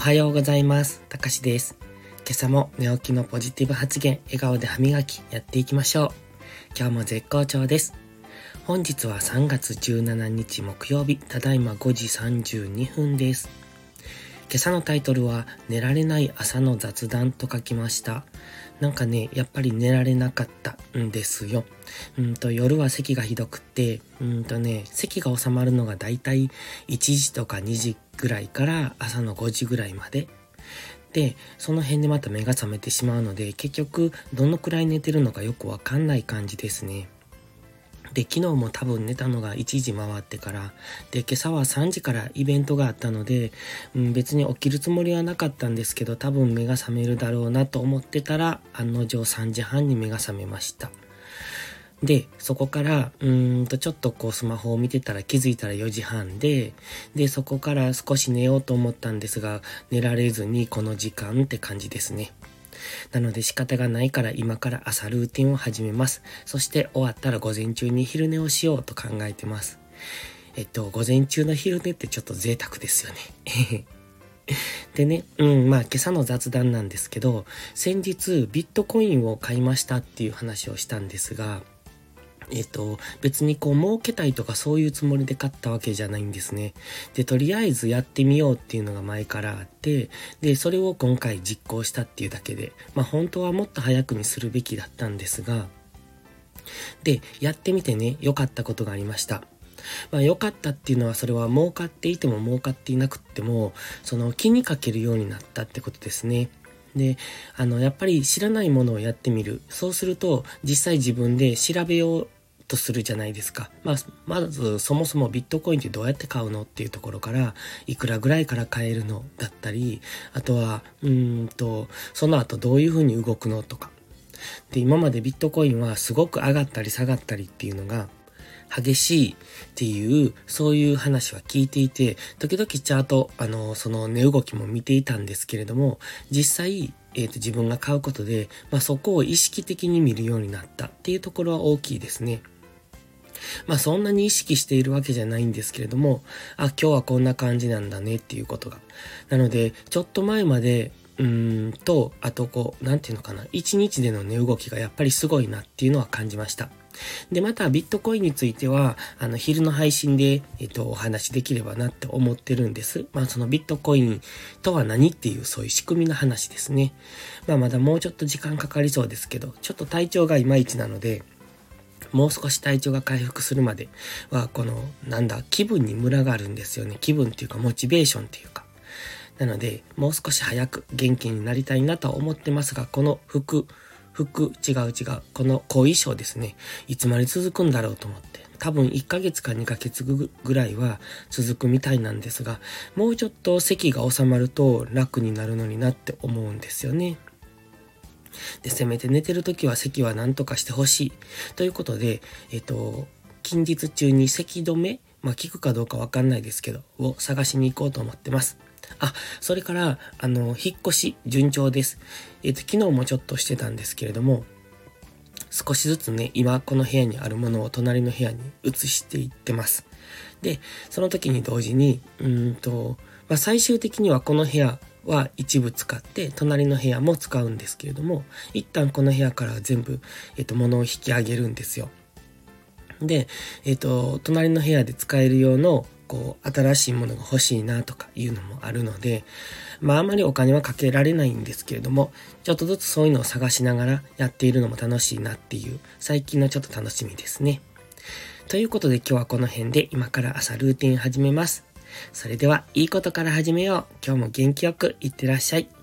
はようございます。たかしです。今朝も寝起きのポジティブ発言、笑顔で歯磨きやっていきましょう。今日も絶好調です。本日は3月17日木曜日、ただいま5時32分です。今朝のタイトルは寝られない朝の雑談と書きました。なんかね、やっぱり寝られなかったんですよ。夜は咳がひどくて、咳が収まるのがだいたい1時とか2時ぐらいから朝の5時ぐらいまで。で、その辺でまた目が覚めてしまうので、結局どのくらい寝てるのかよくわかんない感じですね。で、昨日も多分寝たのが1時回ってから、で、今朝は3時からイベントがあったので、別に起きるつもりはなかったんですけど、多分目が覚めるだろうなと思ってたら、案の定3時半に目が覚めました。で、そこから、ちょっとスマホを見てたら気づいたら4時半で、そこから少し寝ようと思ったんですが、寝られずにこの時間って感じですね。なので仕方がないから今から朝ルーティンを始めます。そして終わったら午前中に昼寝をしようと考えてます。午前中の昼寝ってちょっと贅沢ですよね。でね、今朝の雑談なんですけど、先日ビットコインを買いましたっていう話をしたんですが、別に儲けたいとかそういうつもりで買ったわけじゃないんですね。で、とりあえずやってみようっていうのが前からあって、で、それを今回実行したっていうだけで、本当はもっと早くにするべきだったんですが、で、やってみてね、良かったことがありました。良かったっていうのはそれは儲かっていても儲かっていなくっても、気にかけるようになったってことですね。で、やっぱり知らないものをやってみる。そうすると、実際自分で調べようとするじゃないですか。まずそもそもビットコインってどうやって買うのっていうところから、いくらぐらいから買えるのだったり、あとは、その後どういうふうに動くのとか。で、今までビットコインはすごく上がったり下がったりっていうのが、激しいっていう、そういう話は聞いていて、時々チャート、その値動きも見ていたんですけれども、実際、自分が買うことで、そこを意識的に見るようになったっていうところは大きいですね。そんなに意識しているわけじゃないんですけれども、今日はこんな感じなんだねっていうことが。なので、ちょっと前まで、あとなんていうのかな、1日での値動きがやっぱりすごいなっていうのは感じました。で、またビットコインについては、昼の配信で、お話できればなって思ってるんです。そのビットコインとは何っていう、そういう仕組みの話ですね。まだもうちょっと時間かかりそうですけど、ちょっと体調がいまいちなので、もう少し体調が回復するまでは、気分にムラがあるんですよね。気分っていうか、モチベーションっていうか。なので、もう少し早く元気になりたいなとは思ってますが、この違う。この後遺症ですね。いつまで続くんだろうと思って。多分1ヶ月か2ヶ月ぐらいは続くみたいなんですが、もうちょっと咳が収まると楽になるのになって思うんですよね。で、せめて寝てるときは咳は何とかしてほしい。ということで、近日中に咳止め、効くかどうかわかんないですけど、を探しに行こうと思ってます。それから、引っ越し順調です。昨日もちょっとしてたんですけれども、少しずつね、今この部屋にあるものを隣の部屋に移していってます。で、その時に同時に、最終的にはこの部屋は一部使って、隣の部屋も使うんですけれども、一旦この部屋から全部、物を引き上げるんですよ。で、隣の部屋で使える用の、新しいものが欲しいなとかいうのもあるので、あまりお金はかけられないんですけれども、ちょっとずつそういうのを探しながらやっているのも楽しいなっていう、最近のちょっと楽しみですね。ということで今日はこの辺で今から朝ルーティン始めます。それでは、いいことから始めよう。今日も元気よくいってらっしゃい。